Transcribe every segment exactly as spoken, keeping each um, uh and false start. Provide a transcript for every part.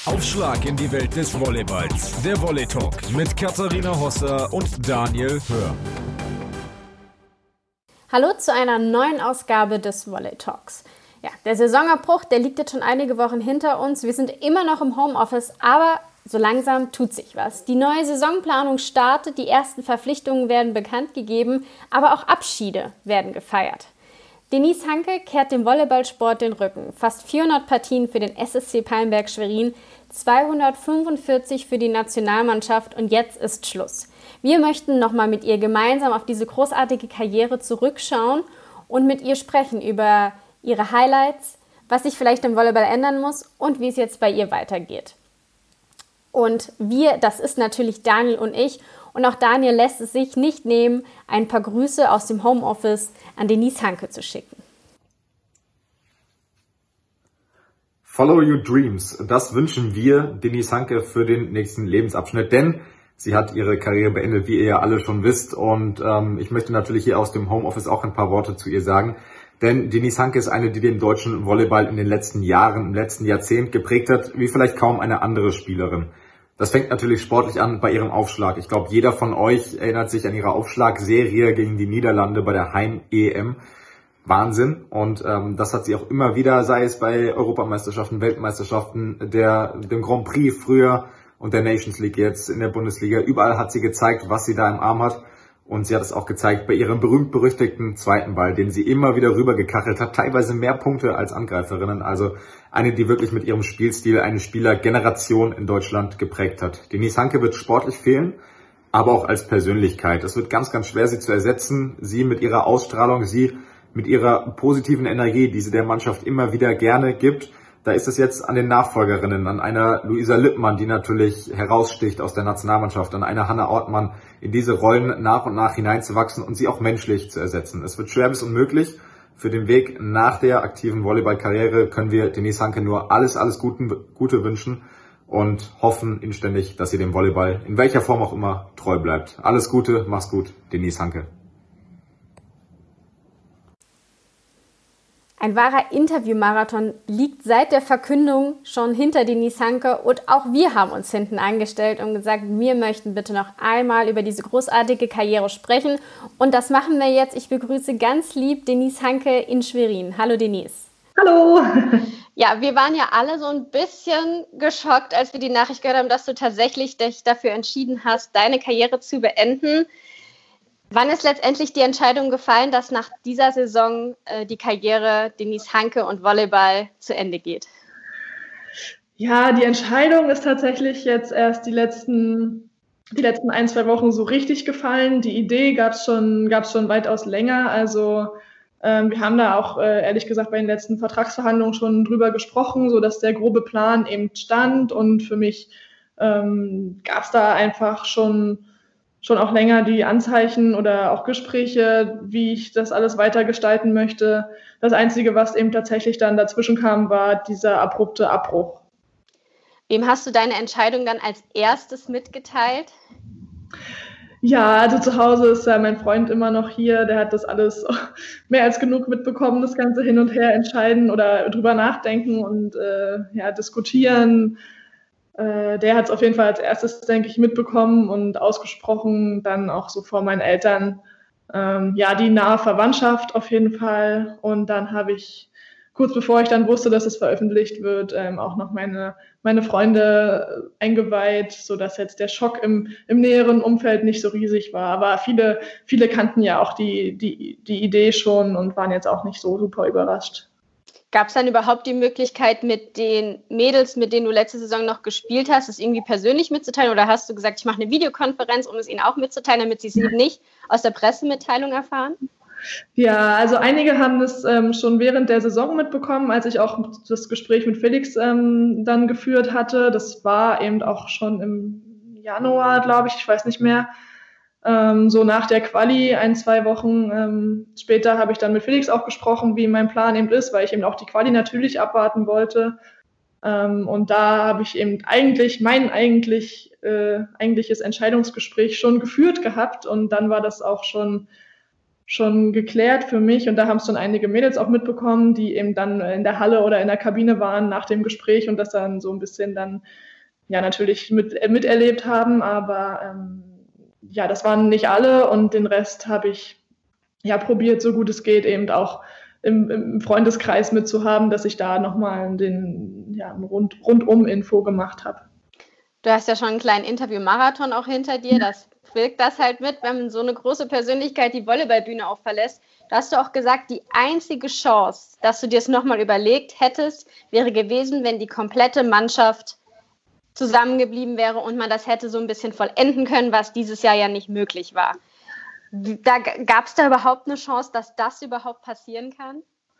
Aufschlag in die Welt des Volleyballs. Der Volley Talk mit Katharina Hosser und Daniel Hör. Hallo zu einer neuen Ausgabe des Volley Talks. Ja, der Saisonabbruch, der liegt jetzt schon einige Wochen hinter uns. Wir sind immer noch im Homeoffice, aber so langsam tut sich was. Die neue Saisonplanung startet, die ersten Verpflichtungen werden bekannt gegeben, aber auch Abschiede werden gefeiert. Denise Hanke kehrt dem Volleyballsport den Rücken. Fast vierhundert Partien für den S S C Palmberg Schwerin, zweihundertfünfundvierzig für die Nationalmannschaft und jetzt ist Schluss. Wir möchten nochmal mit ihr gemeinsam auf diese großartige Karriere zurückschauen und mit ihr sprechen über ihre Highlights, was sich vielleicht im Volleyball ändern muss und wie es jetzt bei ihr weitergeht. Und wir, das ist natürlich Daniel und ich. Und auch Daniel lässt es sich nicht nehmen, ein paar Grüße aus dem Homeoffice an Denise Hanke zu schicken. Follow your dreams. Das wünschen wir Denise Hanke für den nächsten Lebensabschnitt, denn sie hat ihre Karriere beendet, wie ihr ja alle schon wisst. Und ähm, ich möchte natürlich hier aus dem Homeoffice auch ein paar Worte zu ihr sagen. Denn Denise Hanke ist eine, die den deutschen Volleyball in den letzten Jahren, im letzten Jahrzehnt geprägt hat, wie vielleicht kaum eine andere Spielerin. Das fängt natürlich sportlich an bei ihrem Aufschlag. Ich glaube, jeder von euch erinnert sich an ihre Aufschlagserie gegen die Niederlande bei der Heim-E M. Wahnsinn. Und ähm, das hat sie auch immer wieder, sei es bei Europameisterschaften, Weltmeisterschaften, der dem Grand Prix früher und der Nations League jetzt in der Bundesliga. Überall hat sie gezeigt, was sie da im Arm hat. Und sie hat es auch gezeigt bei ihrem berühmt-berüchtigten zweiten Ball, den sie immer wieder rübergekachelt hat. Teilweise mehr Punkte als Angreiferinnen. Also eine, die wirklich mit ihrem Spielstil eine Spielergeneration in Deutschland geprägt hat. Denise Hanke wird sportlich fehlen, aber auch als Persönlichkeit. Es wird ganz, ganz schwer, sie zu ersetzen. Sie mit ihrer Ausstrahlung, sie mit ihrer positiven Energie, die sie der Mannschaft immer wieder gerne gibt. Da ist es jetzt an den Nachfolgerinnen, an einer Luisa Lippmann, die natürlich heraussticht aus der Nationalmannschaft, an einer Hanna Ortmann, in diese Rollen nach und nach hineinzuwachsen und sie auch menschlich zu ersetzen. Es wird schwer bis unmöglich. Für den Weg nach der aktiven Volleyballkarriere können wir Denise Hanke nur alles, alles Guten, Gute wünschen und hoffen inständig, dass sie dem Volleyball in welcher Form auch immer treu bleibt. Alles Gute, mach's gut, Denise Hanke. Ein wahrer Interviewmarathon liegt seit der Verkündung schon hinter Denise Hanke und auch wir haben uns hinten angestellt und gesagt, wir möchten bitte noch einmal über diese großartige Karriere sprechen und das machen wir jetzt. Ich begrüße ganz lieb Denise Hanke in Schwerin. Hallo Denise. Hallo. Ja, wir waren ja alle so ein bisschen geschockt, als wir die Nachricht gehört haben, dass du tatsächlich dich dafür entschieden hast, deine Karriere zu beenden. Wann ist letztendlich die Entscheidung gefallen, dass nach dieser Saison äh, die Karriere Denise Hanke und Volleyball zu Ende geht? Ja, die Entscheidung ist tatsächlich jetzt erst die letzten, die letzten ein, zwei Wochen so richtig gefallen. Die Idee gab es schon, gab's schon weitaus länger. Also ähm, wir haben da auch äh, ehrlich gesagt bei den letzten Vertragsverhandlungen schon drüber gesprochen, sodass der grobe Plan eben stand. Und für mich ähm, gab es da einfach schon schon auch länger die Anzeichen oder auch Gespräche, wie ich das alles weiter gestalten möchte. Das Einzige, was eben tatsächlich dann dazwischen kam, war dieser abrupte Abbruch. Wem hast du deine Entscheidung dann als erstes mitgeteilt? Ja, also zu Hause ist ja mein Freund immer noch hier. Der hat das alles mehr als genug mitbekommen, das Ganze hin und her entscheiden oder drüber nachdenken und äh, ja, diskutieren. Der hat es auf jeden Fall als erstes, denke ich, mitbekommen und ausgesprochen, dann auch so vor meinen Eltern. Ähm, ja, die nahe Verwandtschaft auf jeden Fall. Und dann habe ich, kurz bevor ich dann wusste, dass es veröffentlicht wird, ähm, auch noch meine, meine Freunde eingeweiht, sodass jetzt der Schock im, im näheren Umfeld nicht so riesig war. Aber viele, viele kannten ja auch die, die, die Idee schon und waren jetzt auch nicht so super überrascht. Gab es dann überhaupt die Möglichkeit, mit den Mädels, mit denen du letzte Saison noch gespielt hast, es irgendwie persönlich mitzuteilen? Oder hast du gesagt, ich mache eine Videokonferenz, um es ihnen auch mitzuteilen, damit sie es eben nicht aus der Pressemitteilung erfahren? Ja, also einige haben das ähm, schon während der Saison mitbekommen, als ich auch das Gespräch mit Felix ähm, dann geführt hatte. Das war eben auch schon im Januar, glaube ich, ich weiß nicht mehr. Ähm, so nach der Quali, ein, zwei Wochen ähm, später habe ich dann mit Felix auch gesprochen, wie mein Plan eben ist, weil ich eben auch die Quali natürlich abwarten wollte. Ähm, und da habe ich eben eigentlich mein eigentlich äh, eigentliches Entscheidungsgespräch schon geführt gehabt und dann war das auch schon schon geklärt für mich und da haben es schon einige Mädels auch mitbekommen, die eben dann in der Halle oder in der Kabine waren nach dem Gespräch und das dann so ein bisschen dann ja natürlich mit, äh, miterlebt haben, aber ähm, ja, das waren nicht alle und den Rest habe ich ja probiert, so gut es geht, eben auch im, im Freundeskreis mitzuhaben, dass ich da nochmal den ja, Rund, Rundum-Info gemacht habe. Du hast ja schon einen kleinen Interview-Marathon auch hinter dir, das wirkt das halt mit, wenn man so eine große Persönlichkeit die Volleyballbühne auch verlässt. Da hast du auch gesagt, die einzige Chance, dass du dir es nochmal überlegt hättest, wäre gewesen, wenn die komplette Mannschaft zusammengeblieben wäre und man das hätte so ein bisschen vollenden können, was dieses Jahr ja nicht möglich war. Da, gab es da überhaupt eine Chance, dass das überhaupt passieren kann?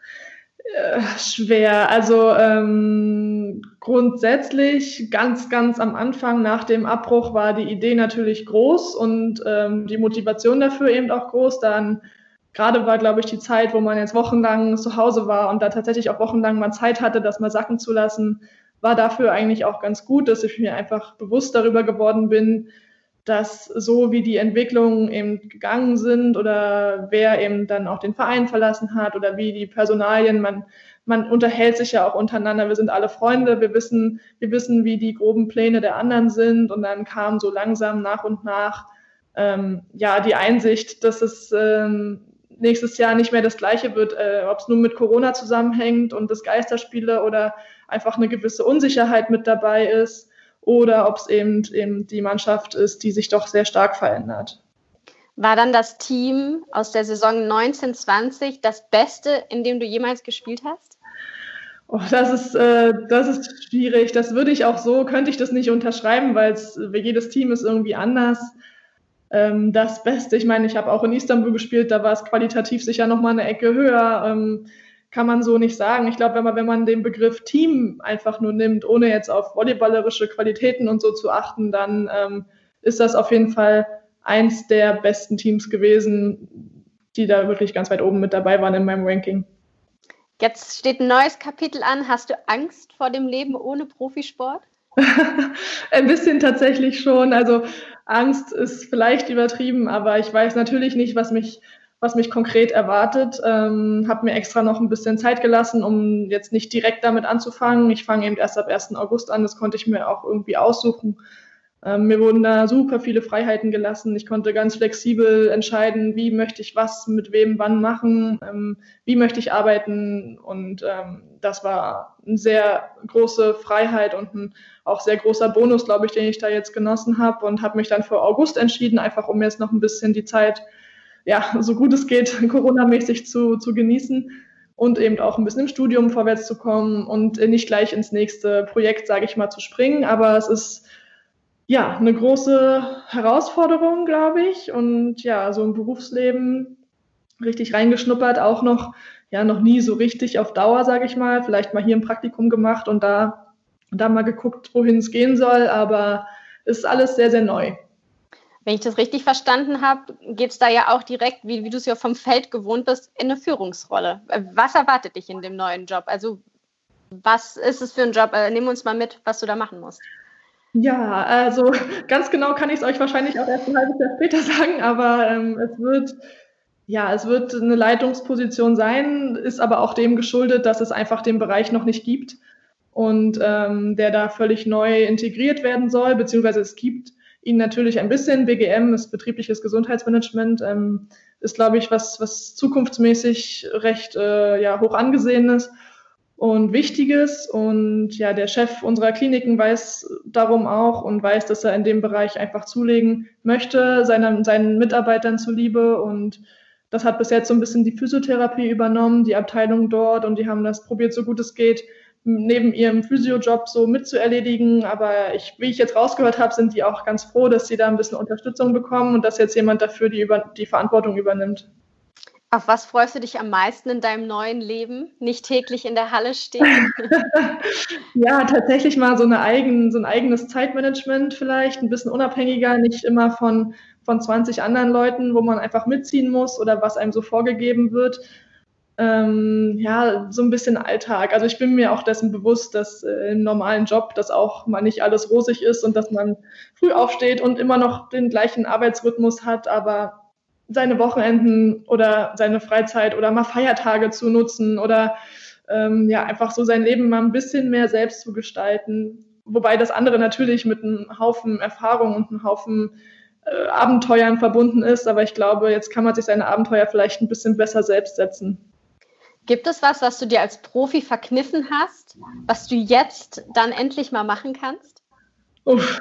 Äh, schwer. Also ähm, grundsätzlich ganz, ganz am Anfang nach dem Abbruch war die Idee natürlich groß und ähm, die Motivation dafür eben auch groß. Dann gerade war, glaube ich, die Zeit, wo man jetzt wochenlang zu Hause war und da tatsächlich auch wochenlang mal Zeit hatte, das mal sacken zu lassen, war dafür eigentlich auch ganz gut, dass ich mir einfach bewusst darüber geworden bin, dass so wie die Entwicklungen eben gegangen sind oder wer eben dann auch den Verein verlassen hat oder wie die Personalien, man, man unterhält sich ja auch untereinander, wir sind alle Freunde, wir wissen, wir wissen, wie die groben Pläne der anderen sind und dann kam so langsam nach und nach ähm, ja die Einsicht, dass es ähm, nächstes Jahr nicht mehr das Gleiche wird, äh, ob es nur mit Corona zusammenhängt und das Geisterspiele oder einfach eine gewisse Unsicherheit mit dabei ist. Oder ob es eben, eben die Mannschaft ist, die sich doch sehr stark verändert. War dann das Team aus der Saison neunzehn zwanzig das Beste, in dem du jemals gespielt hast? Oh, das ist, äh, das ist schwierig. Das würde ich auch so, könnte ich das nicht unterschreiben, weil jedes Team ist irgendwie anders. Ähm, das Beste, ich meine, ich habe auch in Istanbul gespielt, da war es qualitativ sicher nochmal eine Ecke höher. Ähm, kann man so nicht sagen. Ich glaube, wenn man, wenn man den Begriff Team einfach nur nimmt, ohne jetzt auf volleyballerische Qualitäten und so zu achten, dann ähm, ist das auf jeden Fall eins der besten Teams gewesen, die da wirklich ganz weit oben mit dabei waren in meinem Ranking. Jetzt steht ein neues Kapitel an. Hast du Angst vor dem Leben ohne Profisport? Ein bisschen tatsächlich schon. Also Angst ist vielleicht übertrieben, aber ich weiß natürlich nicht, was mich was mich konkret erwartet. Ähm, habe mir extra noch ein bisschen Zeit gelassen, um jetzt nicht direkt damit anzufangen. Ich fange eben erst ab ersten August an, das konnte ich mir auch irgendwie aussuchen. Ähm, mir wurden da super viele Freiheiten gelassen. Ich konnte ganz flexibel entscheiden, wie möchte ich was mit wem wann machen, ähm, wie möchte ich arbeiten. Und ähm, das war eine sehr große Freiheit und ein auch sehr großer Bonus, glaube ich, den ich da jetzt genossen habe und habe mich dann für August entschieden, einfach um jetzt noch ein bisschen die Zeit ja, so gut es geht, Corona-mäßig zu, zu genießen und eben auch ein bisschen im Studium vorwärts zu kommen und nicht gleich ins nächste Projekt, sage ich mal, zu springen. Aber es ist ja eine große Herausforderung, glaube ich. Und ja, so im Berufsleben richtig reingeschnuppert, auch noch, ja, noch nie so richtig auf Dauer, sage ich mal. Vielleicht mal hier ein Praktikum gemacht und da, da mal geguckt, wohin es gehen soll. Aber es ist alles sehr, sehr neu. Wenn ich das richtig verstanden habe, geht es da ja auch direkt, wie, wie du es ja vom Feld gewohnt bist, in eine Führungsrolle. Was erwartet dich in dem neuen Job? Also was ist es für ein Job? Nimm uns mal mit, was du da machen musst. Ja, also ganz genau kann ich es euch wahrscheinlich auch erst ein halbes Jahr später sagen, aber ähm, es wird, ja, es wird eine Leitungsposition sein, ist aber auch dem geschuldet, dass es einfach den Bereich noch nicht gibt und ähm, der da völlig neu integriert werden soll, beziehungsweise es gibt ihn natürlich ein bisschen. B G M ist betriebliches Gesundheitsmanagement, ähm, ist, glaube ich, was, was zukunftsmäßig recht äh, ja, hoch angesehen ist und Wichtiges. Und ja, der Chef unserer Kliniken weiß darum auch und weiß, dass er in dem Bereich einfach zulegen möchte, seinen, seinen Mitarbeitern zuliebe. Und das hat bis jetzt so ein bisschen die Physiotherapie übernommen, die Abteilung dort. Und die haben das probiert, so gut es geht, neben ihrem Physio-Job so mitzuerledigen. Aber ich, wie ich jetzt rausgehört habe, sind die auch ganz froh, dass sie da ein bisschen Unterstützung bekommen und dass jetzt jemand dafür die, über, die Verantwortung übernimmt. Auf was freust du dich am meisten in deinem neuen Leben? Nicht täglich in der Halle stehen? Ja, tatsächlich mal so, eine eigen, so ein eigenes Zeitmanagement vielleicht, ein bisschen unabhängiger, nicht immer von, von zwanzig anderen Leuten, wo man einfach mitziehen muss oder was einem so vorgegeben wird. Ähm, ja, so ein bisschen Alltag. Also ich bin mir auch dessen bewusst, dass äh, im normalen Job das auch mal nicht alles rosig ist und dass man früh aufsteht und immer noch den gleichen Arbeitsrhythmus hat, aber seine Wochenenden oder seine Freizeit oder mal Feiertage zu nutzen oder ähm, ja einfach so sein Leben mal ein bisschen mehr selbst zu gestalten. Wobei das andere natürlich mit einem Haufen Erfahrung und einem Haufen äh, Abenteuern verbunden ist. Aber ich glaube, jetzt kann man sich seine Abenteuer vielleicht ein bisschen besser selbst setzen. Gibt es was, was du dir als Profi verkniffen hast, was du jetzt dann endlich mal machen kannst? Uff.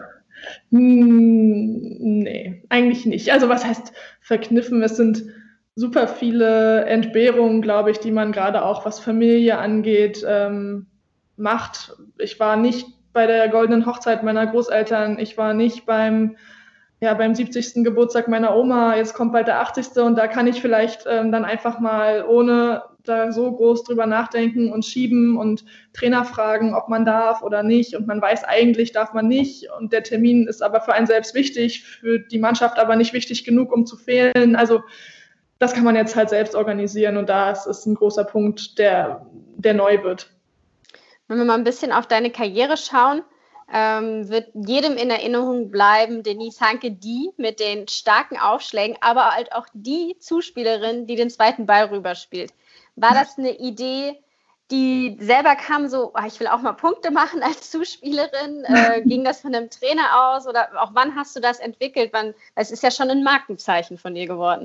Nee, eigentlich nicht. Also was heißt verkniffen? Es sind super viele Entbehrungen, glaube ich, die man gerade auch, was Familie angeht, ähm, macht. Ich war nicht bei der goldenen Hochzeit meiner Großeltern. Ich war nicht beim, ja, beim siebzigsten Geburtstag meiner Oma. Jetzt kommt bald der achtzigste und da kann ich vielleicht ähm, dann einfach mal ohne da so groß drüber nachdenken und schieben und Trainer fragen, ob man darf oder nicht. Und man weiß eigentlich, darf man nicht. Und der Termin ist aber für einen selbst wichtig, für die Mannschaft aber nicht wichtig genug, um zu fehlen. Also das kann man jetzt halt selbst organisieren. Und da ist es ein großer Punkt, der, der neu wird. Wenn wir mal ein bisschen auf deine Karriere schauen, ähm, wird jedem in Erinnerung bleiben, Denise Hanke, die mit den starken Aufschlägen, aber halt auch die Zuspielerin, die den zweiten Ball rüberspielt. War das eine Idee, die selber kam, so, oh, ich will auch mal Punkte machen als Zuspielerin? Äh, ging das von einem Trainer aus oder auch wann hast du das entwickelt? Wann, es ist ja schon ein Markenzeichen von dir geworden.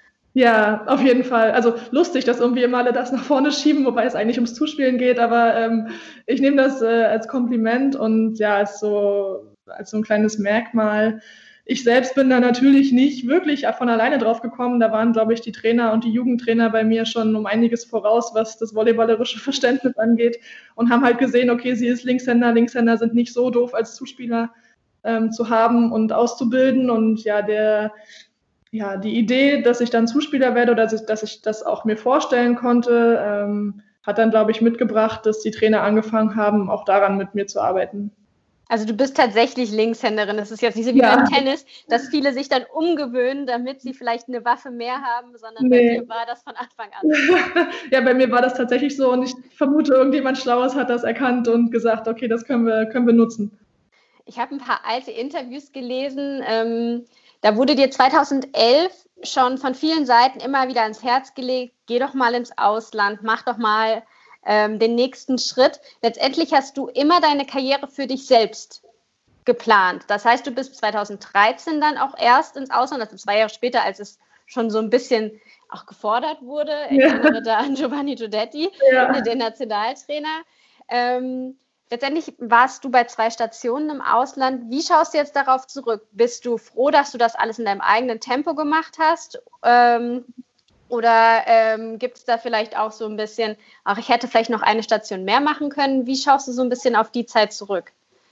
Ja, auf jeden Fall. Also lustig, dass irgendwie immer alle das nach vorne schieben, wobei es eigentlich ums Zuspielen geht, aber ähm, ich nehme das äh, als Kompliment und ja, als so, als so ein kleines Merkmal. Ich selbst bin da natürlich nicht wirklich von alleine drauf gekommen. Da waren, glaube ich, die Trainer und die Jugendtrainer bei mir schon um einiges voraus, was das volleyballerische Verständnis angeht und haben halt gesehen, okay, sie ist Linkshänder, Linkshänder sind nicht so doof als Zuspieler ähm, zu haben und auszubilden und ja, der Ja, die Idee, dass ich dann Zuspieler werde oder dass ich, dass ich das auch mir vorstellen konnte, ähm, hat dann, glaube ich, mitgebracht, dass die Trainer angefangen haben, auch daran mit mir zu arbeiten. Also du bist tatsächlich Linkshänderin. Das ist jetzt nicht so wie ja. beim Tennis, dass viele sich dann umgewöhnen, damit sie vielleicht eine Waffe mehr haben, sondern nee. Bei dir war das von Anfang an. Ja, bei mir war das tatsächlich so und ich vermute, irgendjemand Schlaues hat das erkannt und gesagt, okay, das können wir, können wir nutzen. Ich habe ein paar alte Interviews gelesen, ähm, da wurde dir zweitausendelf schon von vielen Seiten immer wieder ans Herz gelegt, geh doch mal ins Ausland, mach doch mal ähm, den nächsten Schritt. Letztendlich hast du immer deine Karriere für dich selbst geplant. Das heißt, du bist zweitausenddreizehn dann auch erst ins Ausland, also zwei Jahre später, als es schon so ein bisschen auch gefordert wurde. Ich ja. erinnere da an Giovanni Guidetti, ja. den Nationaltrainer. Ähm, Letztendlich warst du bei zwei Stationen im Ausland. Wie schaust du jetzt darauf zurück? Bist du froh, dass du das alles in deinem eigenen Tempo gemacht hast? Ähm, oder ähm, gibt es da vielleicht auch so ein bisschen, ach, ich hätte vielleicht noch eine Station mehr machen können? Wie schaust du so ein bisschen auf die Zeit zurück?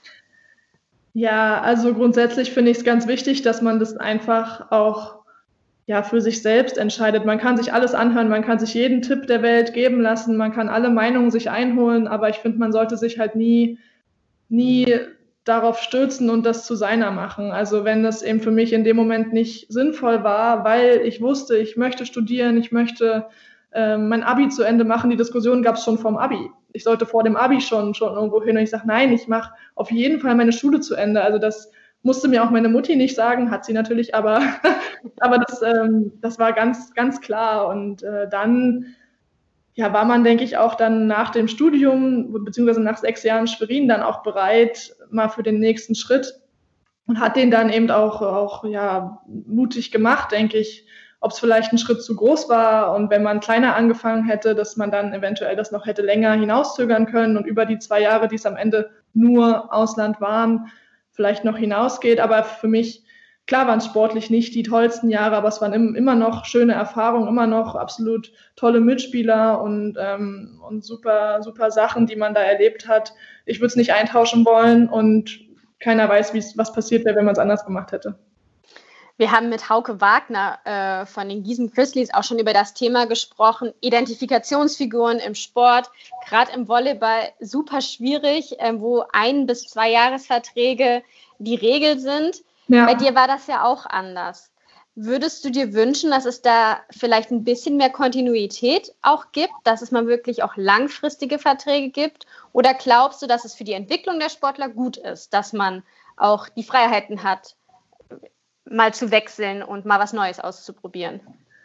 Ja, also grundsätzlich finde ich es ganz wichtig, dass man das einfach auch ja, für sich selbst entscheidet. Man kann sich alles anhören, man kann sich jeden Tipp der Welt geben lassen, man kann alle Meinungen sich einholen, aber ich finde, man sollte sich halt nie, nie darauf stürzen und das zu seiner machen. Also wenn das eben für mich in dem Moment nicht sinnvoll war, weil ich wusste, ich möchte studieren, ich möchte äh, mein Abi zu Ende machen, die Diskussion gab es schon vorm Abi. Ich sollte vor dem Abi schon, schon irgendwo hin und ich sage, nein, ich mache auf jeden Fall meine Schule zu Ende. Also das musste mir auch meine Mutti nicht sagen, hat sie natürlich, aber, aber das, ähm, das war ganz, ganz klar. Und äh, dann ja, war man, denke ich, auch dann nach dem Studium, beziehungsweise nach sechs Jahren Schwerin, dann auch bereit, mal für den nächsten Schritt und hat den dann eben auch, auch ja, mutig gemacht, denke ich, ob es vielleicht ein Schritt zu groß war und wenn man kleiner angefangen hätte, dass man dann eventuell das noch hätte länger hinauszögern können und über die zwei Jahre, die es am Ende nur Ausland waren, vielleicht noch hinausgeht, aber für mich, klar waren es sportlich nicht die tollsten Jahre, aber es waren immer noch schöne Erfahrungen, immer noch absolut tolle Mitspieler und, ähm, und super, super Sachen, die man da erlebt hat. Ich würde es nicht eintauschen wollen und keiner weiß, was passiert wäre, wenn man es anders gemacht hätte. Wir haben mit Hauke Wagner äh, von den Gießen Grizzlies auch schon über das Thema gesprochen. Identifikationsfiguren im Sport, gerade im Volleyball, super schwierig, äh, wo ein- bis zwei Jahresverträge die Regel sind. Ja. Bei dir war das ja auch anders. Würdest du dir wünschen, dass es da vielleicht ein bisschen mehr Kontinuität auch gibt, dass es mal wirklich auch langfristige Verträge gibt? Oder glaubst du, dass es für die Entwicklung der Sportler gut ist, dass man auch die Freiheiten hat, mal zu wechseln und mal was Neues auszuprobieren?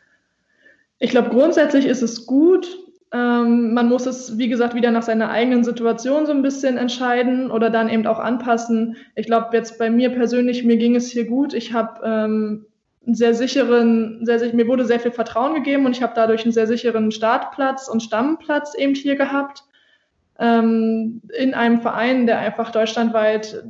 Ich glaube, grundsätzlich ist es gut. Ähm, man muss es, wie gesagt, wieder nach seiner eigenen Situation so ein bisschen entscheiden oder dann eben auch anpassen. Ich glaube, jetzt bei mir persönlich, mir ging es hier gut. Ich habe ähm, einen sehr sicheren, sehr, mir wurde sehr viel Vertrauen gegeben und ich habe dadurch einen sehr sicheren Startplatz und Stammplatz eben hier gehabt. Ähm, in einem Verein, der einfach deutschlandweit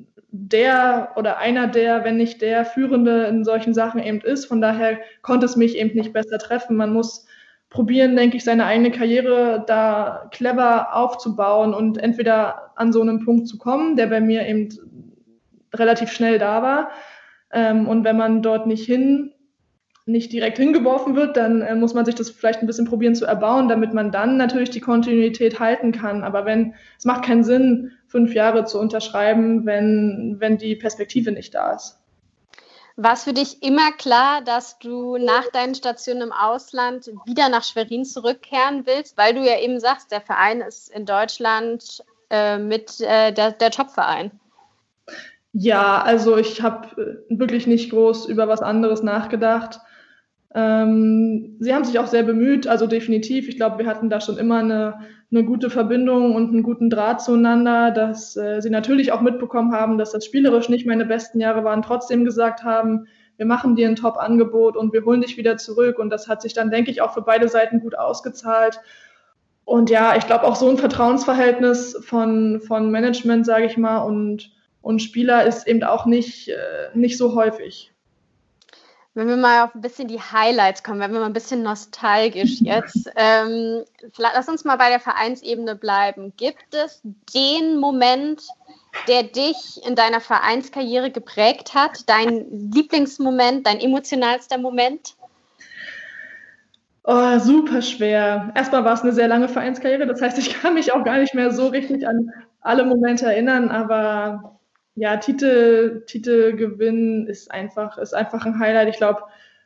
der oder einer der, wenn nicht der Führende in solchen Sachen eben ist. Von daher konnte es mich eben nicht besser treffen. Man muss probieren, denke ich, seine eigene Karriere da clever aufzubauen und entweder an so einem Punkt zu kommen, der bei mir eben relativ schnell da war. Ähm, und wenn man dort nicht hin, nicht direkt hingeworfen wird, dann äh, muss man sich das vielleicht ein bisschen probieren zu erbauen, damit man dann natürlich die Kontinuität halten kann. Aber wenn, es macht keinen Sinn, fünf Jahre zu unterschreiben, wenn, wenn die Perspektive nicht da ist. War es für dich immer klar, dass du nach deinen Stationen im Ausland wieder nach Schwerin zurückkehren willst, weil du ja eben sagst, der Verein ist in Deutschland äh, mit äh, der, der Top-Verein? Ja, also ich habe wirklich nicht groß über was anderes nachgedacht. Ähm, sie haben sich auch sehr bemüht, also definitiv. Ich glaube, wir hatten da schon immer eine, eine gute Verbindung und einen guten Draht zueinander, dass äh, sie natürlich auch mitbekommen haben, dass das spielerisch nicht meine besten Jahre waren, trotzdem gesagt haben, wir machen dir ein Top-Angebot und wir holen dich wieder zurück. Und das hat sich dann, denke ich, auch für beide Seiten gut ausgezahlt. Und ja, ich glaube auch so ein Vertrauensverhältnis von, von Management, sage ich mal, und, und Spieler ist eben auch nicht, äh, nicht so häufig. Wenn wir mal auf ein bisschen die Highlights kommen, wenn wir mal ein bisschen nostalgisch jetzt, ähm, lass uns mal bei der Vereinsebene bleiben. Gibt es den Moment, der dich in deiner Vereinskarriere geprägt hat? Dein Lieblingsmoment, dein emotionalster Moment? Oh, super schwer. Erstmal war es eine sehr lange Vereinskarriere, das heißt, ich kann mich auch gar nicht mehr so richtig an alle Momente erinnern, aber ja, Titel, Titelgewinn ist einfach, ist einfach ein Highlight. Ich glaube,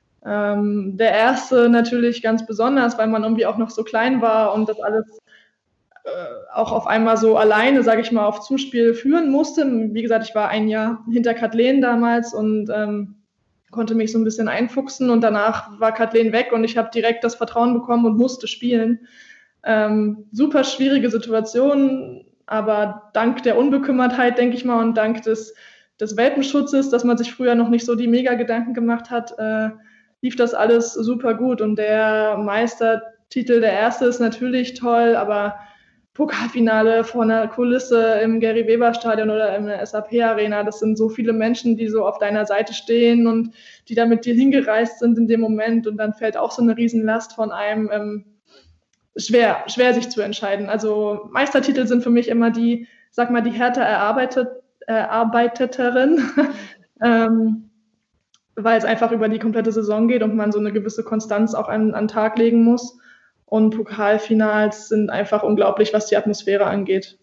ähm, der erste natürlich ganz besonders, weil man irgendwie auch noch so klein war und das alles äh, auch auf einmal so alleine, sage ich mal, auf Zuspiel führen musste. Wie gesagt, ich war ein Jahr hinter Kathleen damals und ähm, konnte mich so ein bisschen einfuchsen und danach war Kathleen weg und ich habe direkt das Vertrauen bekommen und musste spielen. Ähm, super schwierige Situation, aber dank der Unbekümmertheit, denke ich mal, und dank des, des Welpenschutzes, dass man sich früher noch nicht so die Mega-Gedanken gemacht hat, äh, lief das alles super gut. Und der Meistertitel, der erste, ist natürlich toll, aber Pokalfinale vor einer Kulisse im Gary-Weber-Stadion oder in der S A P-Arena, das sind so viele Menschen, die so auf deiner Seite stehen und die da mit dir hingereist sind in dem Moment und dann fällt auch so eine Riesenlast von einem. Ähm, Schwer, schwer sich zu entscheiden. Also Meistertitel sind für mich immer die, sag mal, die härter erarbeitet, erarbeiteteren, ähm, weil es einfach über die komplette Saison geht und man so eine gewisse Konstanz auch an, an den Tag legen muss. Und Pokalfinals sind einfach unglaublich, was die Atmosphäre angeht.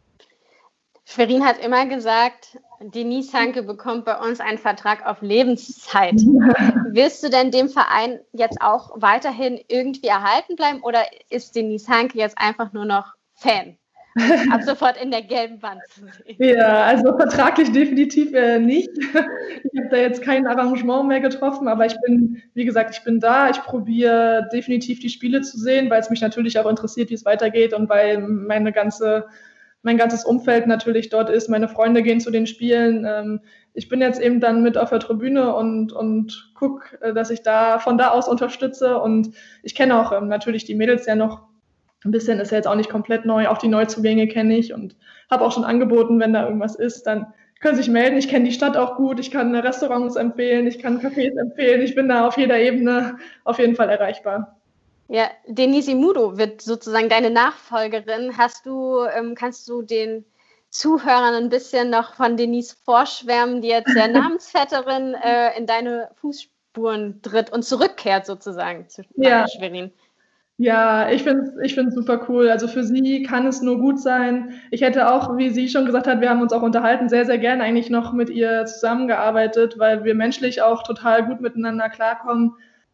Schwerin hat immer gesagt, Denise Hanke bekommt bei uns einen Vertrag auf Lebenszeit. Willst du denn dem Verein jetzt auch weiterhin irgendwie erhalten bleiben oder ist Denise Hanke jetzt einfach nur noch Fan? Ab sofort in der gelben Wand zu sehen. Ja, also vertraglich definitiv äh, nicht. Ich habe da jetzt kein Arrangement mehr getroffen, aber ich bin, wie gesagt, ich bin da. Ich probiere definitiv die Spiele zu sehen, weil es mich natürlich auch interessiert, wie es weitergeht und weil meine ganze mein ganzes Umfeld natürlich dort ist. Meine Freunde gehen zu den Spielen. Ähm, ich bin jetzt eben dann mit auf der Tribüne und, und gucke, äh, dass ich da von da aus unterstütze. Und ich kenne auch ähm, natürlich die Mädels ja noch ein bisschen, ist ja jetzt auch nicht komplett neu. Auch die Neuzugänge kenne ich und habe auch schon angeboten, wenn da irgendwas ist, dann können Sie sich melden. Ich kenne die Stadt auch gut. Ich kann Restaurants empfehlen. Ich kann Cafés empfehlen. Ich bin da auf jeder Ebene auf jeden Fall erreichbar. Ja, Denise Imudo wird sozusagen deine Nachfolgerin. Hast du, ähm, kannst du den Zuhörern ein bisschen noch von Denise vorschwärmen, die jetzt der Namensvetterin äh, in deine Fußspuren tritt und zurückkehrt sozusagen zu ja. Schwerin? Ja, ich finde es ich find's super cool. Also für sie kann es nur gut sein. Ich hätte auch, wie sie schon gesagt hat, wir haben uns auch unterhalten, sehr, sehr gern eigentlich noch mit ihr zusammengearbeitet, weil wir menschlich auch total gut miteinander klarkommen.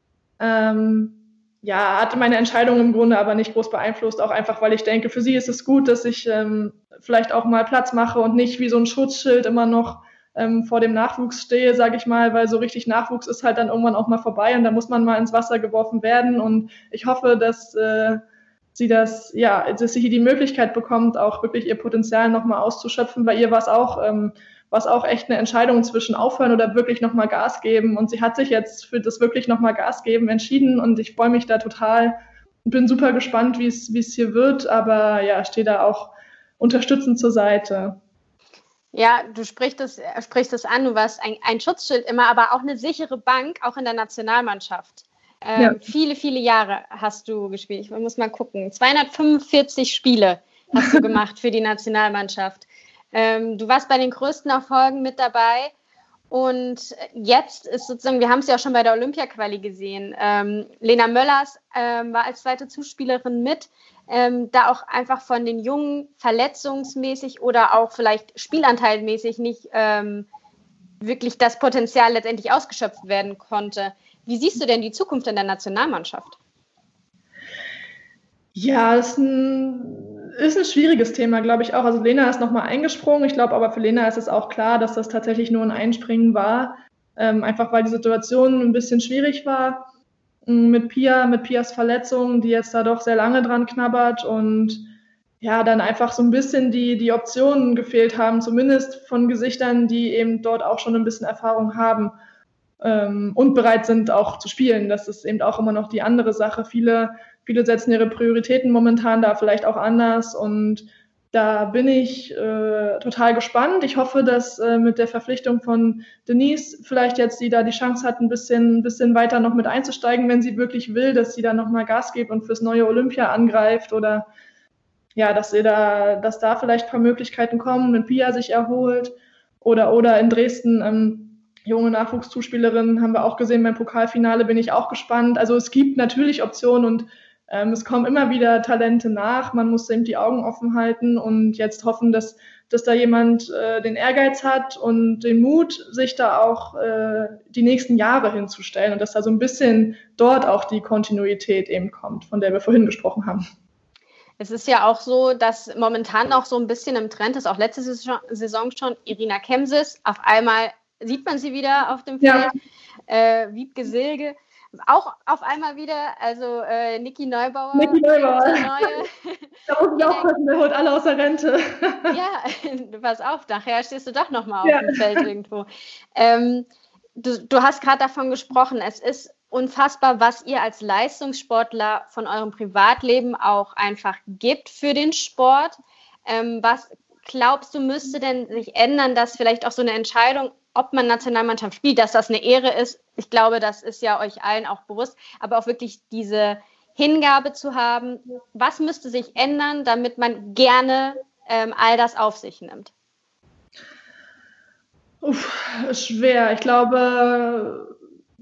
Ähm, Ja, hat meine Entscheidung im Grunde aber nicht groß beeinflusst, auch einfach, weil ich denke, für sie ist es gut, dass ich ähm, vielleicht auch mal Platz mache und nicht wie so ein Schutzschild immer noch ähm, vor dem Nachwuchs stehe, sage ich mal, weil so richtig Nachwuchs ist halt dann irgendwann auch mal vorbei und da muss man mal ins Wasser geworfen werden. Und ich hoffe, dass äh, sie das, ja, dass sie hier die Möglichkeit bekommt, auch wirklich ihr Potenzial nochmal auszuschöpfen. Bei ihr war es auch, ähm, war es auch echt eine Entscheidung zwischen aufhören oder wirklich nochmal Gas geben. Und sie hat sich jetzt für das wirklich nochmal Gas geben entschieden und ich freue mich da total und bin super gespannt, wie es, wie es hier wird. Aber ja, stehe da auch unterstützend zur Seite. Ja, du sprichst es, sprichst es an, du warst ein, ein Schutzschild immer, aber auch eine sichere Bank, auch in der Nationalmannschaft. Ähm, ja. Viele, viele Jahre hast du gespielt. Ich muss mal gucken. zweihundertfünfundvierzig Spiele hast du gemacht für die Nationalmannschaft. Ähm, du warst bei den größten Erfolgen mit dabei. Und jetzt ist sozusagen, wir haben es ja auch schon bei der Olympia-Quali gesehen, ähm, Lena Möllers ähm, war als zweite Zuspielerin mit, ähm, da auch einfach von den Jungen verletzungsmäßig oder auch vielleicht spielanteilmäßig nicht ähm, wirklich das Potenzial letztendlich ausgeschöpft werden konnte. Wie siehst du denn die Zukunft in der Nationalmannschaft? Ja, das ist ein, ist ein schwieriges Thema, glaube ich auch. Also Lena ist nochmal eingesprungen. Ich glaube aber für Lena ist es auch klar, dass das tatsächlich nur ein Einspringen war. Ähm, einfach weil die Situation ein bisschen schwierig war mit Pia, mit Pias Verletzung, die jetzt da doch sehr lange dran knabbert und ja, dann einfach so ein bisschen die, die Optionen gefehlt haben, zumindest von Gesichtern, die eben dort auch schon ein bisschen Erfahrung haben ähm, und bereit sind auch zu spielen. Das ist eben auch immer noch die andere Sache. Viele Viele setzen ihre Prioritäten momentan da vielleicht auch anders und da bin ich äh, total gespannt. Ich hoffe, dass äh, mit der Verpflichtung von Denise vielleicht jetzt sie da die Chance hat, ein bisschen, ein bisschen weiter noch mit einzusteigen, wenn sie wirklich will, dass sie da nochmal Gas gibt und fürs neue Olympia angreift oder ja, dass sie da, dass da vielleicht ein paar Möglichkeiten kommen, wenn Pia sich erholt oder, oder in Dresden ähm, junge Nachwuchszuspielerinnen haben wir auch gesehen beim Pokalfinale, bin ich auch gespannt. Also es gibt natürlich Optionen und Ähm, es kommen immer wieder Talente nach, man muss eben die Augen offen halten und jetzt hoffen, dass, dass da jemand äh, den Ehrgeiz hat und den Mut, sich da auch äh, die nächsten Jahre hinzustellen und dass da so ein bisschen dort auch die Kontinuität eben kommt, von der wir vorhin gesprochen haben. Es ist ja auch so, dass momentan auch so ein bisschen im Trend ist, auch letzte Saison schon, Irina Kemsis, auf einmal sieht man sie wieder auf dem Feld, ja. äh, Wiebke Silge, auch auf einmal wieder, also äh, Niki Neubauer. Niki Neubauer. Neue da muss ich auch passen, der holt alle aus der Rente. Ja, pass auf, nachher stehst du doch nochmal auf ja. dem Feld irgendwo. Ähm, du, du hast gerade davon gesprochen, es ist unfassbar, was ihr als Leistungssportler von eurem Privatleben auch einfach gibt für den Sport. Ähm, was glaubst du, müsste denn sich ändern, dass vielleicht auch so eine Entscheidung, ob man Nationalmannschaft spielt, dass das eine Ehre ist? Ich glaube, das ist ja euch allen auch bewusst, aber auch wirklich diese Hingabe zu haben. Was müsste sich ändern, damit man gerne ähm, all das auf sich nimmt? Uff, schwer. Ich glaube,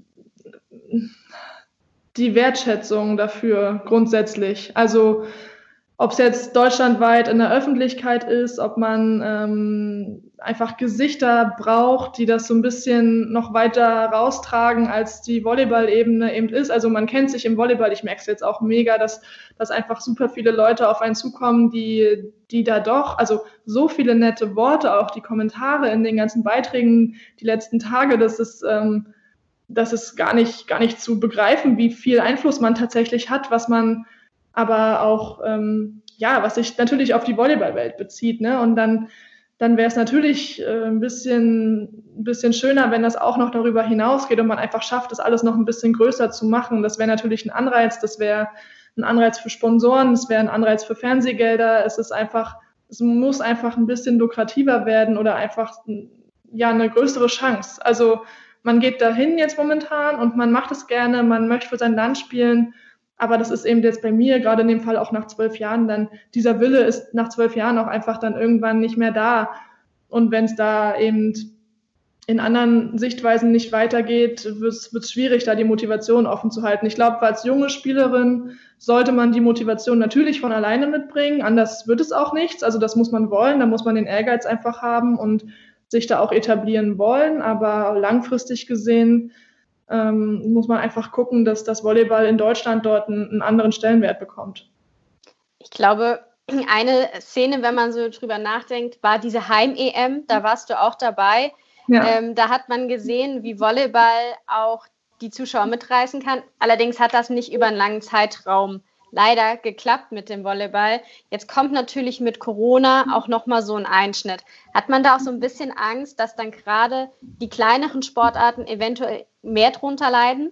die Wertschätzung dafür grundsätzlich. Also ob es jetzt deutschlandweit in der Öffentlichkeit ist, ob man ähm, einfach Gesichter braucht, die das so ein bisschen noch weiter raustragen, als die Volleyball-Ebene eben ist. Also man kennt sich im Volleyball, ich merke es jetzt auch mega, dass, dass einfach super viele Leute auf einen zukommen, die, die da doch, also so viele nette Worte, auch die Kommentare in den ganzen Beiträgen die letzten Tage, das ist, ähm, das ist gar nicht, gar nicht zu begreifen, wie viel Einfluss man tatsächlich hat, was man aber auch, ähm, ja, was sich natürlich auf die Volleyballwelt bezieht, ne? Und dann, dann wäre es natürlich äh, ein bisschen, ein bisschen schöner, wenn das auch noch darüber hinausgeht und man einfach schafft, das alles noch ein bisschen größer zu machen. Das wäre natürlich ein Anreiz, das wäre ein Anreiz für Sponsoren, es wäre ein Anreiz für Fernsehgelder. Es ist einfach, es muss einfach ein bisschen lukrativer werden oder einfach, ja, eine größere Chance. Also man geht dahin jetzt momentan und man macht es gerne, man möchte für sein Land spielen. Aber das ist eben jetzt bei mir, gerade in dem Fall auch nach zwölf Jahren, dann dieser Wille ist nach zwölf Jahren auch einfach dann irgendwann nicht mehr da. Und wenn es da eben in anderen Sichtweisen nicht weitergeht, wird es schwierig, da die Motivation offen zu halten. Ich glaube, als junge Spielerin sollte man die Motivation natürlich von alleine mitbringen. Anders wird es auch nichts. Also das muss man wollen, da muss man den Ehrgeiz einfach haben und sich da auch etablieren wollen. Aber langfristig gesehen Ähm, muss man einfach gucken, dass das Volleyball in Deutschland dort einen, einen anderen Stellenwert bekommt. Ich glaube, eine Szene, wenn man so drüber nachdenkt, war diese Heim-E M, da warst du auch dabei. Ja. Ähm, da hat man gesehen, wie Volleyball auch die Zuschauer mitreißen kann. Allerdings hat das nicht über einen langen Zeitraum leider geklappt mit dem Volleyball. Jetzt kommt natürlich mit Corona auch nochmal so ein Einschnitt. Hat man da auch so ein bisschen Angst, dass dann gerade die kleineren Sportarten eventuell mehr drunter leiden?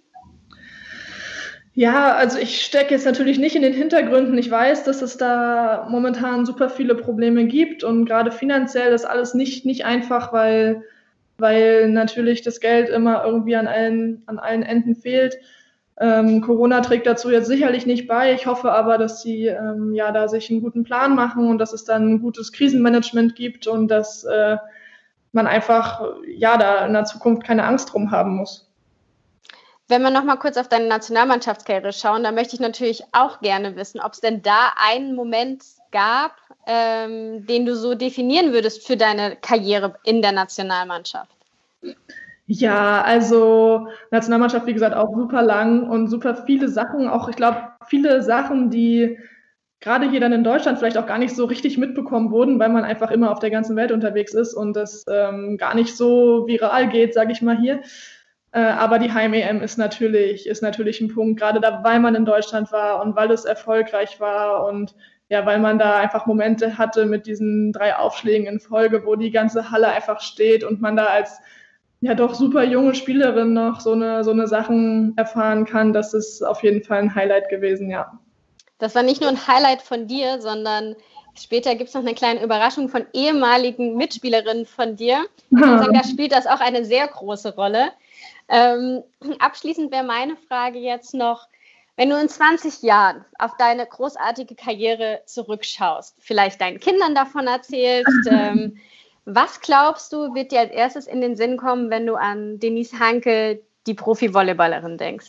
Ja, also ich stecke jetzt natürlich nicht in den Hintergründen. Ich weiß, dass es da momentan super viele Probleme gibt und gerade finanziell ist alles nicht, nicht einfach, weil, weil natürlich das Geld immer irgendwie an allen, an allen Enden fehlt. Ähm, Corona trägt dazu jetzt sicherlich nicht bei. Ich hoffe aber, dass sie ähm, ja da sich einen guten Plan machen und dass es dann ein gutes Krisenmanagement gibt und dass äh, man einfach ja da in der Zukunft keine Angst drum haben muss. Wenn wir noch mal kurz auf deine Nationalmannschaftskarriere schauen, da möchte ich natürlich auch gerne wissen, ob es denn da einen Moment gab, ähm, den du so definieren würdest für deine Karriere in der Nationalmannschaft. Ja, also Nationalmannschaft, wie gesagt, auch super lang und super viele Sachen, auch ich glaube, viele Sachen, die gerade hier dann in Deutschland vielleicht auch gar nicht so richtig mitbekommen wurden, weil man einfach immer auf der ganzen Welt unterwegs ist und das ähm, gar nicht so viral geht, sage ich mal hier. Äh, aber die Heim-E M ist natürlich, ist natürlich ein Punkt, gerade da, weil man in Deutschland war und weil es erfolgreich war und ja, weil man da einfach Momente hatte mit diesen drei Aufschlägen in Folge, wo die ganze Halle einfach steht und man da als ja doch super junge Spielerin noch so eine, so eine Sachen erfahren kann. Das ist auf jeden Fall ein Highlight gewesen, ja. Das war nicht nur ein Highlight von dir, sondern später gibt es noch eine kleine Überraschung von ehemaligen Mitspielerinnen von dir. Ich kann sagen, da spielt das auch eine sehr große Rolle. Ähm, abschließend wäre meine Frage jetzt noch, wenn du in zwanzig Jahren auf deine großartige Karriere zurückschaust, vielleicht deinen Kindern davon erzählst, ähm, was glaubst du, wird dir als erstes in den Sinn kommen, wenn du an Denise Hanke, die Profi-Volleyballerin, denkst?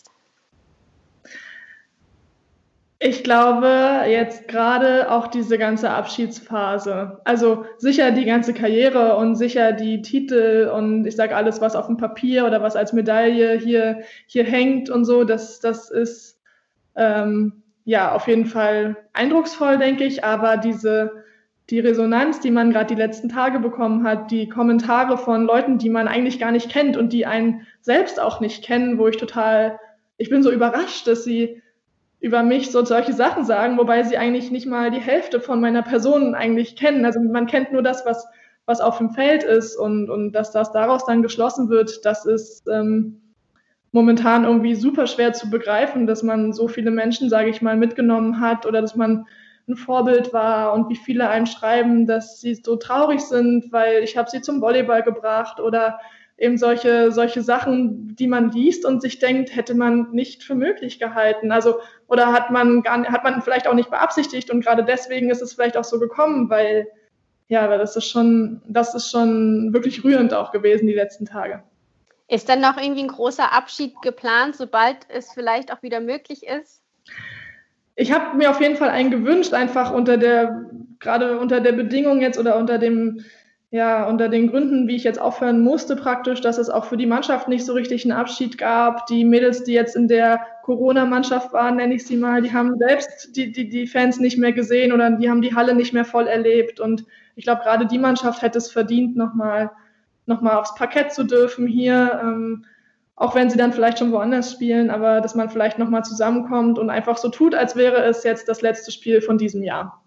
Ich glaube jetzt gerade auch diese ganze Abschiedsphase. Also sicher die ganze Karriere und sicher die Titel und ich sage alles, was auf dem Papier oder was als Medaille hier, hier hängt und so, das, das ist ähm, ja auf jeden Fall eindrucksvoll, denke ich, aber diese die Resonanz, die man gerade die letzten Tage bekommen hat, die Kommentare von Leuten, die man eigentlich gar nicht kennt und die einen selbst auch nicht kennen, wo ich total, ich bin so überrascht, dass sie über mich so solche Sachen sagen, wobei sie eigentlich nicht mal die Hälfte von meiner Person eigentlich kennen. Also man kennt nur das, was, was auf dem Feld ist und, und dass das daraus dann geschlossen wird, das ist ähm, momentan irgendwie super schwer zu begreifen, dass man so viele Menschen, sage ich mal, mitgenommen hat oder dass man ein Vorbild war und wie viele einem schreiben, dass sie so traurig sind, weil ich habe sie zum Volleyball gebracht oder eben solche solche Sachen, die man liest und sich denkt, hätte man nicht für möglich gehalten. Also oder hat man gar hat man vielleicht auch nicht beabsichtigt und gerade deswegen ist es vielleicht auch so gekommen, weil ja, weil das ist schon das ist schon wirklich rührend auch gewesen die letzten Tage. Ist dann noch irgendwie ein großer Abschied geplant, sobald es vielleicht auch wieder möglich ist? Ich habe mir auf jeden Fall einen gewünscht, einfach unter der, gerade unter der Bedingung jetzt oder unter dem, ja, unter den Gründen, wie ich jetzt aufhören musste praktisch, dass es auch für die Mannschaft nicht so richtig einen Abschied gab. Die Mädels, die jetzt in der Corona-Mannschaft waren, nenne ich sie mal, die haben selbst die, die, die Fans nicht mehr gesehen oder die haben die Halle nicht mehr voll erlebt. Und ich glaube, gerade die Mannschaft hätte es verdient, nochmal, nochmal aufs Parkett zu dürfen hier, ähm, auch wenn sie dann vielleicht schon woanders spielen, aber dass man vielleicht nochmal zusammenkommt und einfach so tut, als wäre es jetzt das letzte Spiel von diesem Jahr.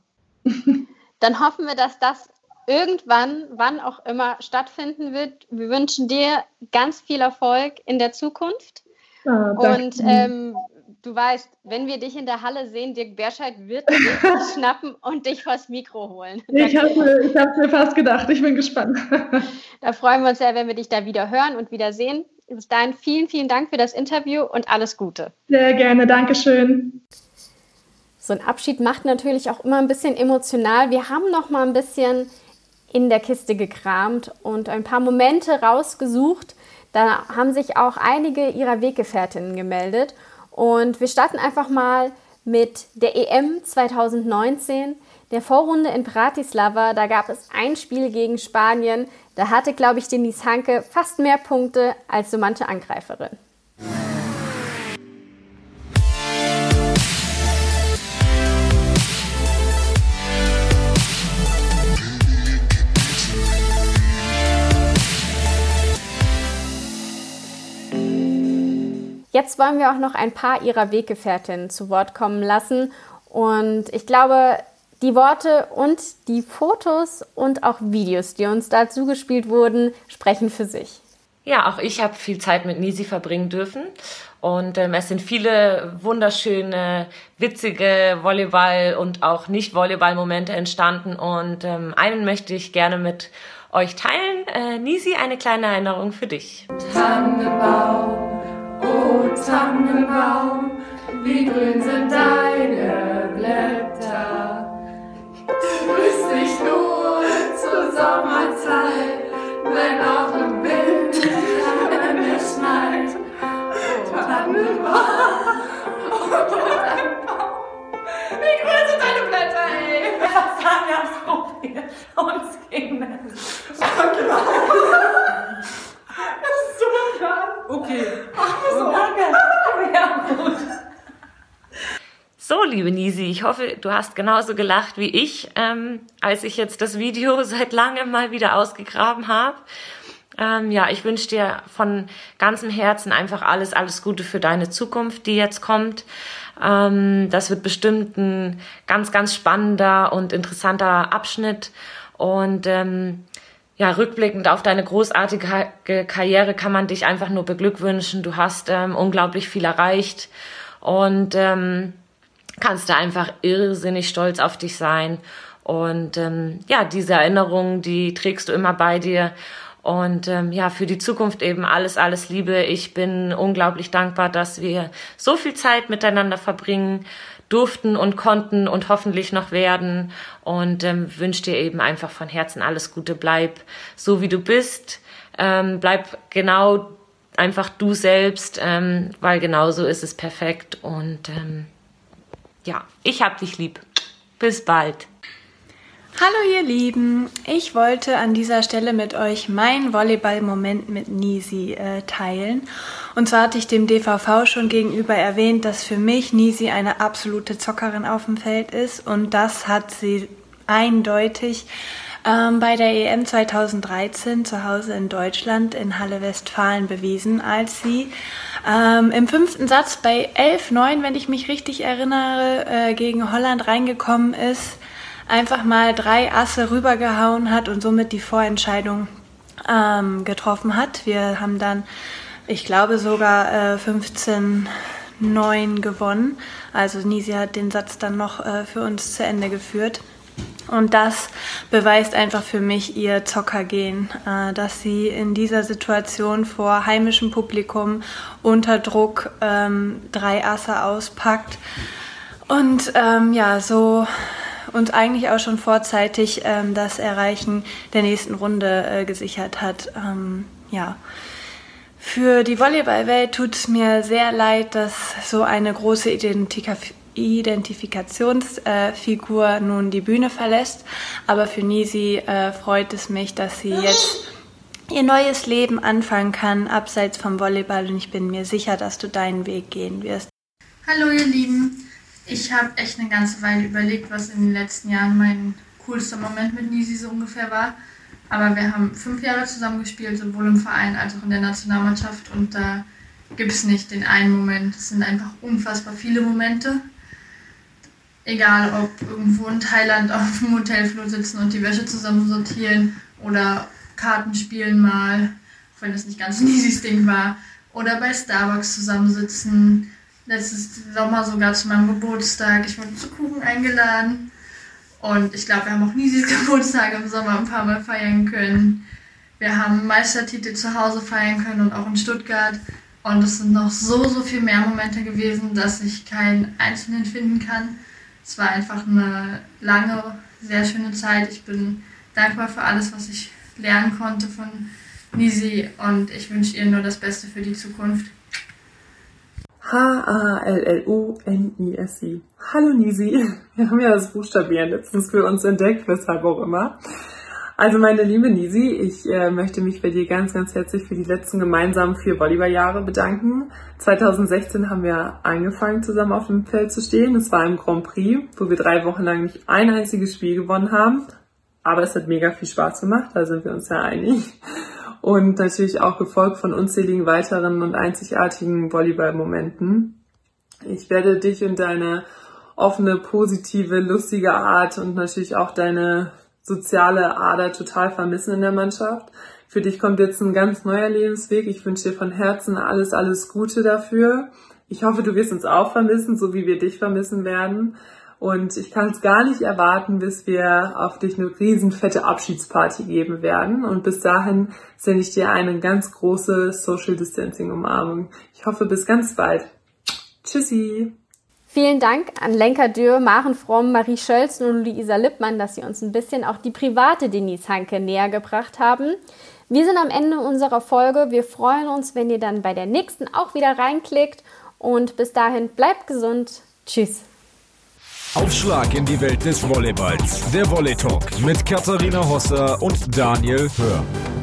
Dann hoffen wir, dass das irgendwann, wann auch immer, stattfinden wird. Wir wünschen dir ganz viel Erfolg in der Zukunft. Ah, und ähm, du weißt, wenn wir dich in der Halle sehen, Dirk Berscheid wird dich schnappen und dich vors Mikro holen. Ich habe es mir fast gedacht, ich bin gespannt. Da freuen wir uns sehr, wenn wir dich da wieder hören und wieder sehen. Bis dahin vielen, vielen Dank für das Interview und alles Gute. Sehr gerne, Dankeschön. So ein Abschied macht natürlich auch immer ein bisschen emotional. Wir haben noch mal ein bisschen in der Kiste gekramt und ein paar Momente rausgesucht. Da haben sich auch einige ihrer Weggefährtinnen gemeldet. Und wir starten einfach mal mit der E M zwanzig neunzehn, der Vorrunde in Bratislava. Da gab es ein Spiel gegen Spanien. Da hatte, glaube ich, Denise Hanke fast mehr Punkte als so manche Angreiferin. Jetzt wollen wir auch noch ein paar ihrer Weggefährtinnen zu Wort kommen lassen. Und ich glaube, die Worte und die Fotos und auch Videos, die uns da zugespielt wurden, sprechen für sich. Ja, auch ich habe viel Zeit mit Nisi verbringen dürfen. Und ähm, es sind viele wunderschöne, witzige Volleyball- und auch Nicht-Volleyball-Momente entstanden. Und ähm, einen möchte ich gerne mit euch teilen. Äh, Nisi, eine kleine Erinnerung für dich. Tannenbaum, oh Tannenbaum, wie grün sind deine Blätter. Du grüßt dich nur zur Sommerzeit, wenn auch im Winter es schneit. Tannenbaum, oh Tannenbaum, wie grün sind deine Blätter, ey. Was haben wir ausprobiert? Uns ging das. Das ist so ein Plan. Okay. Ach, so. Danke. Ja, gut. So, liebe Nisi, ich hoffe, du hast genauso gelacht wie ich, ähm, als ich jetzt das Video seit langem mal wieder ausgegraben habe. Ähm, ja, ich wünsche dir von ganzem Herzen einfach alles, alles Gute für deine Zukunft, die jetzt kommt. Ähm, das wird bestimmt ein ganz, ganz spannender und interessanter Abschnitt. Und ähm, ja, rückblickend auf deine großartige Karriere kann man dich einfach nur beglückwünschen. Du hast ähm, unglaublich viel erreicht und ähm, kannst da einfach irrsinnig stolz auf dich sein. Und ähm, ja, diese Erinnerungen, die trägst du immer bei dir. Und ähm, ja, für die Zukunft eben alles, alles Liebe. Ich bin unglaublich dankbar, dass wir so viel Zeit miteinander verbringen durften und konnten und hoffentlich noch werden. Und ähm, wünsche dir eben einfach von Herzen alles Gute. Bleib so, wie du bist. Ähm, bleib genau einfach du selbst, ähm, weil genau so ist es perfekt. Und ähm, ja, ich hab dich lieb. Bis bald. Hallo ihr Lieben, ich wollte an dieser Stelle mit euch meinen Volleyball-Moment mit Nisi äh, teilen. Und zwar hatte ich dem D V V schon gegenüber erwähnt, dass für mich Nisi eine absolute Zockerin auf dem Feld ist. Und das hat sie eindeutig ähm, bei der E M zweitausenddreizehn zu Hause in Deutschland in Halle Westfalen bewiesen, als sie ähm, im fünften Satz bei elf neun, wenn ich mich richtig erinnere, äh, gegen Holland reingekommen ist, einfach mal drei Asse rübergehauen hat und somit die Vorentscheidung ähm, getroffen hat. Wir haben dann, ich glaube, sogar äh, fünfzehn neun gewonnen. Also Nisi hat den Satz dann noch äh, für uns zu Ende geführt. Und das beweist einfach für mich ihr Zockergehen, äh, dass sie in dieser Situation vor heimischem Publikum unter Druck ähm, drei Asse auspackt. Und ähm, ja, so und eigentlich auch schon vorzeitig ähm, das Erreichen der nächsten Runde äh, gesichert hat. Ähm, ja. Für die Volleyballwelt tut es mir sehr leid, dass so eine große Identika- Identifikationsfigur äh, nun die Bühne verlässt. Aber für Nisi äh, freut es mich, dass sie jetzt ihr neues Leben anfangen kann, abseits vom Volleyball. Und ich bin mir sicher, dass du deinen Weg gehen wirst. Hallo ihr Lieben. Ich habe echt eine ganze Weile überlegt, was in den letzten Jahren mein coolster Moment mit Nisi so ungefähr war. Aber wir haben fünf Jahre zusammen gespielt, sowohl im Verein als auch in der Nationalmannschaft. Und da gibt es nicht den einen Moment. Es sind einfach unfassbar viele Momente. Egal, ob irgendwo in Thailand auf dem Hotelflur sitzen und die Wäsche zusammen sortieren oder Karten spielen mal, auch wenn das nicht ganz Nisis Ding war. Oder bei Starbucks zusammensitzen. Letztes Sommer sogar zu meinem Geburtstag. Ich wurde zu Kuchen eingeladen. Und ich glaube, wir haben auch Nisis Geburtstag im Sommer ein paar Mal feiern können. Wir haben Meistertitel zu Hause feiern können und auch in Stuttgart. Und es sind noch so, so viel mehr Momente gewesen, dass ich keinen einzelnen finden kann. Es war einfach eine lange, sehr schöne Zeit. Ich bin dankbar für alles, was ich lernen konnte von Nisi. Und ich wünsche ihr nur das Beste für die Zukunft. H A L L U N I S I. Hallo Nisi. Wir haben ja das Buchstabieren letztens für uns entdeckt, weshalb auch immer. Also meine liebe Nisi, ich äh, möchte mich bei dir ganz, ganz herzlich für die letzten gemeinsamen vier Volleyballjahre bedanken. zweitausendsechzehn haben wir angefangen, zusammen auf dem Feld zu stehen. Es war im Grand Prix, wo wir drei Wochen lang nicht ein einziges Spiel gewonnen haben. Aber es hat mega viel Spaß gemacht, da sind wir uns ja einig. und natürlich auch gefolgt von unzähligen weiteren und einzigartigen Volleyball-Momenten. Ich werde dich und deine offene, positive, lustige Art und natürlich auch deine soziale Ader total vermissen in der Mannschaft. Für dich kommt jetzt ein ganz neuer Lebensweg. Ich wünsche dir von Herzen alles, alles Gute dafür. Ich hoffe, du wirst uns auch vermissen, so wie wir dich vermissen werden. Und ich kann es gar nicht erwarten, bis wir auf dich eine riesen fette Abschiedsparty geben werden. Und bis dahin sende ich dir eine ganz große Social Distancing Umarmung. Ich hoffe, bis ganz bald. Tschüssi! Vielen Dank an Lenka Dürr, Maren Fromm, Marie Schölzen und Luisa Lippmann, dass sie uns ein bisschen auch die private Denise Hanke näher gebracht haben. Wir sind am Ende unserer Folge. Wir freuen uns, wenn ihr dann bei der nächsten auch wieder reinklickt. Und bis dahin bleibt gesund. Tschüss. Aufschlag in die Welt des Volleyballs. Der Volley Talk mit Katharina Hosser und Daniel Hör.